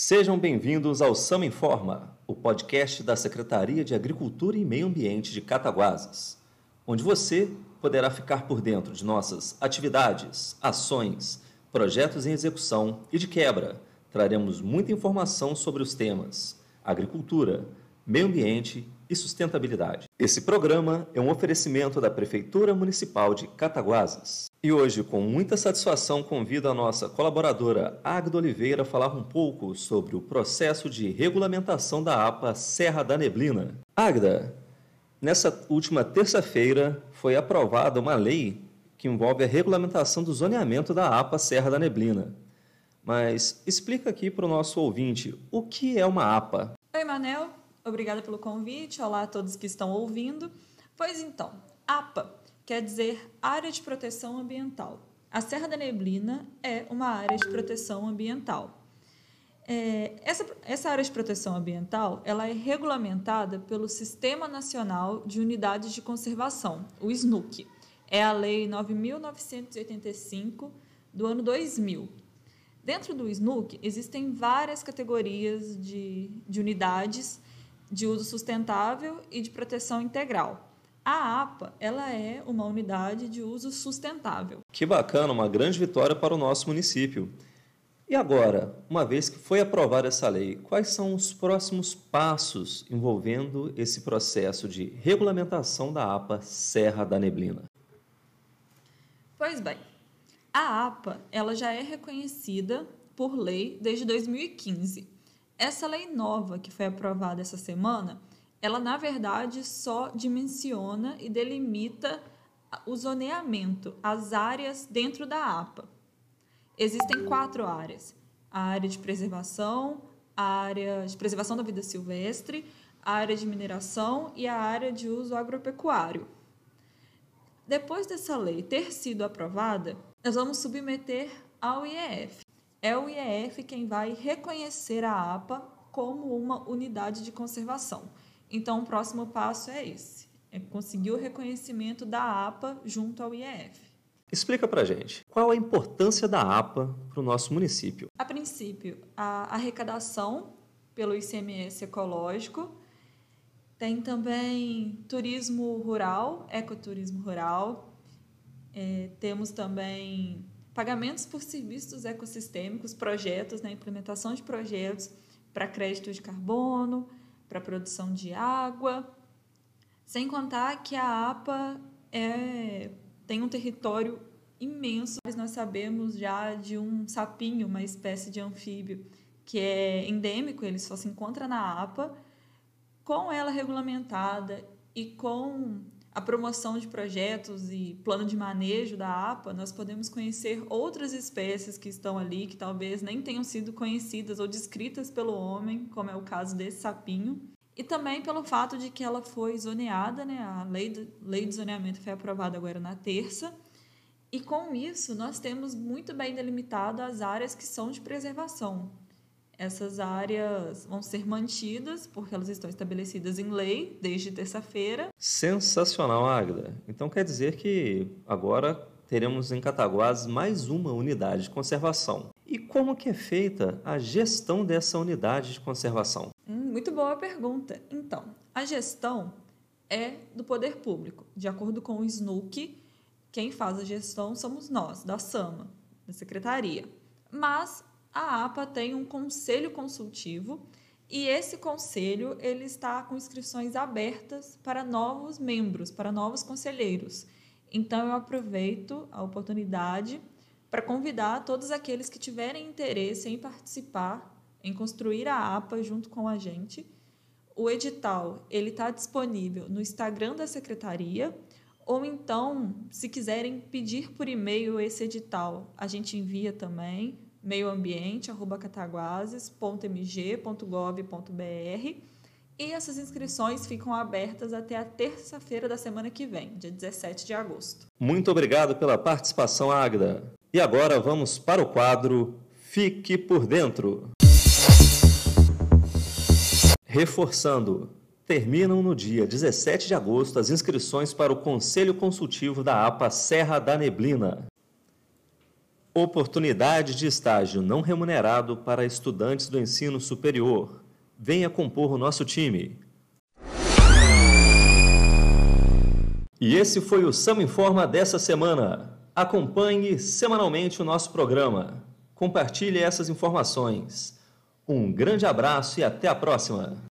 Sejam bem-vindos ao Sama Informa, o podcast da Secretaria de Agricultura e Meio Ambiente de Cataguases, onde você poderá ficar por dentro de nossas atividades, ações, projetos em execução e, de quebra, traremos muita informação sobre os temas agricultura, meio ambiente e sustentabilidade. Esse programa é um oferecimento da Prefeitura Municipal de Cataguases. E hoje, com muita satisfação, convido a nossa colaboradora Agda Oliveira a falar um pouco sobre o processo de regulamentação da APA Serra da Neblina. Agda, nessa última terça-feira foi aprovada uma lei que envolve a regulamentação do zoneamento da APA Serra da Neblina. Mas explica aqui para o nosso ouvinte o que é uma APA. Oi, Manel. Obrigada pelo convite. Olá a todos que estão ouvindo. Pois então, APA quer dizer Área de Proteção Ambiental. A Serra da Neblina é uma área de proteção ambiental. Essa área de proteção ambiental ela é regulamentada pelo Sistema Nacional de Unidades de Conservação, o SNUC. É a Lei 9.985 do ano 2000. Dentro do SNUC existem várias categorias de unidades de uso sustentável e de proteção integral. A APA ela é uma unidade de uso sustentável. Que bacana, uma grande vitória para o nosso município. E agora, uma vez que foi aprovada essa lei, quais são os próximos passos envolvendo esse processo de regulamentação da APA Serra da Neblina? Pois bem, a APA ela já é reconhecida por lei desde 2015. Essa lei nova que foi aprovada essa semana, ela, na verdade, só dimensiona e delimita o zoneamento, as áreas dentro da APA. Existem 4 áreas. A área de preservação, a área de preservação da vida silvestre, a área de mineração e a área de uso agropecuário. Depois dessa lei ter sido aprovada, nós vamos submeter ao IEF. É o IEF quem vai reconhecer a APA como uma unidade de conservação. Então, o próximo passo é esse, é conseguir o reconhecimento da APA junto ao IEF. Explica pra gente, qual a importância da APA para o nosso município? A princípio, a arrecadação pelo ICMS ecológico, tem também turismo rural, ecoturismo rural, temos também pagamentos por serviços ecossistêmicos, projetos, implementação de projetos para crédito de carbono, para produção de água, sem contar que a APA tem um território imenso. Nós sabemos já de um sapinho, uma espécie de anfíbio, que é endêmico, ele só se encontra na APA. Com ela regulamentada e com a promoção de projetos e plano de manejo da APA, nós podemos conhecer outras espécies que estão ali, que talvez nem tenham sido conhecidas ou descritas pelo homem, como é o caso desse sapinho. E também pelo fato de que ela foi zoneada, a lei de zoneamento foi aprovada agora na terça, e com isso nós temos muito bem delimitado as áreas que são de preservação. Essas áreas vão ser mantidas porque elas estão estabelecidas em lei desde terça-feira. Sensacional, Agda. Então quer dizer que agora teremos em Cataguases mais uma unidade de conservação. E como que é feita a gestão dessa unidade de conservação? Muito boa pergunta. Então, a gestão é do poder público. De acordo com o SNUC, quem faz a gestão somos nós, da SAMA, da Secretaria. Mas a APA tem um conselho consultivo e esse conselho ele está com inscrições abertas para novos membros, para novos conselheiros. Então, eu aproveito a oportunidade para convidar todos aqueles que tiverem interesse em participar, em construir a APA junto com a gente. O edital está disponível no Instagram da Secretaria, ou então, se quiserem pedir por e-mail esse edital, a gente envia também, meioambiente@cataguases.mg.gov.br, e essas inscrições ficam abertas até a terça-feira da semana que vem, dia 17 de agosto. Muito obrigado pela participação, Agda. E agora vamos para o quadro Fique por Dentro. Reforçando, terminam no dia 17 de agosto as inscrições para o Conselho Consultivo da APA Serra da Neblina. Oportunidade de estágio não remunerado para estudantes do ensino superior. Venha compor o nosso time. E esse foi o Sama Informa dessa semana. Acompanhe semanalmente o nosso programa. Compartilhe essas informações. Um grande abraço e até a próxima!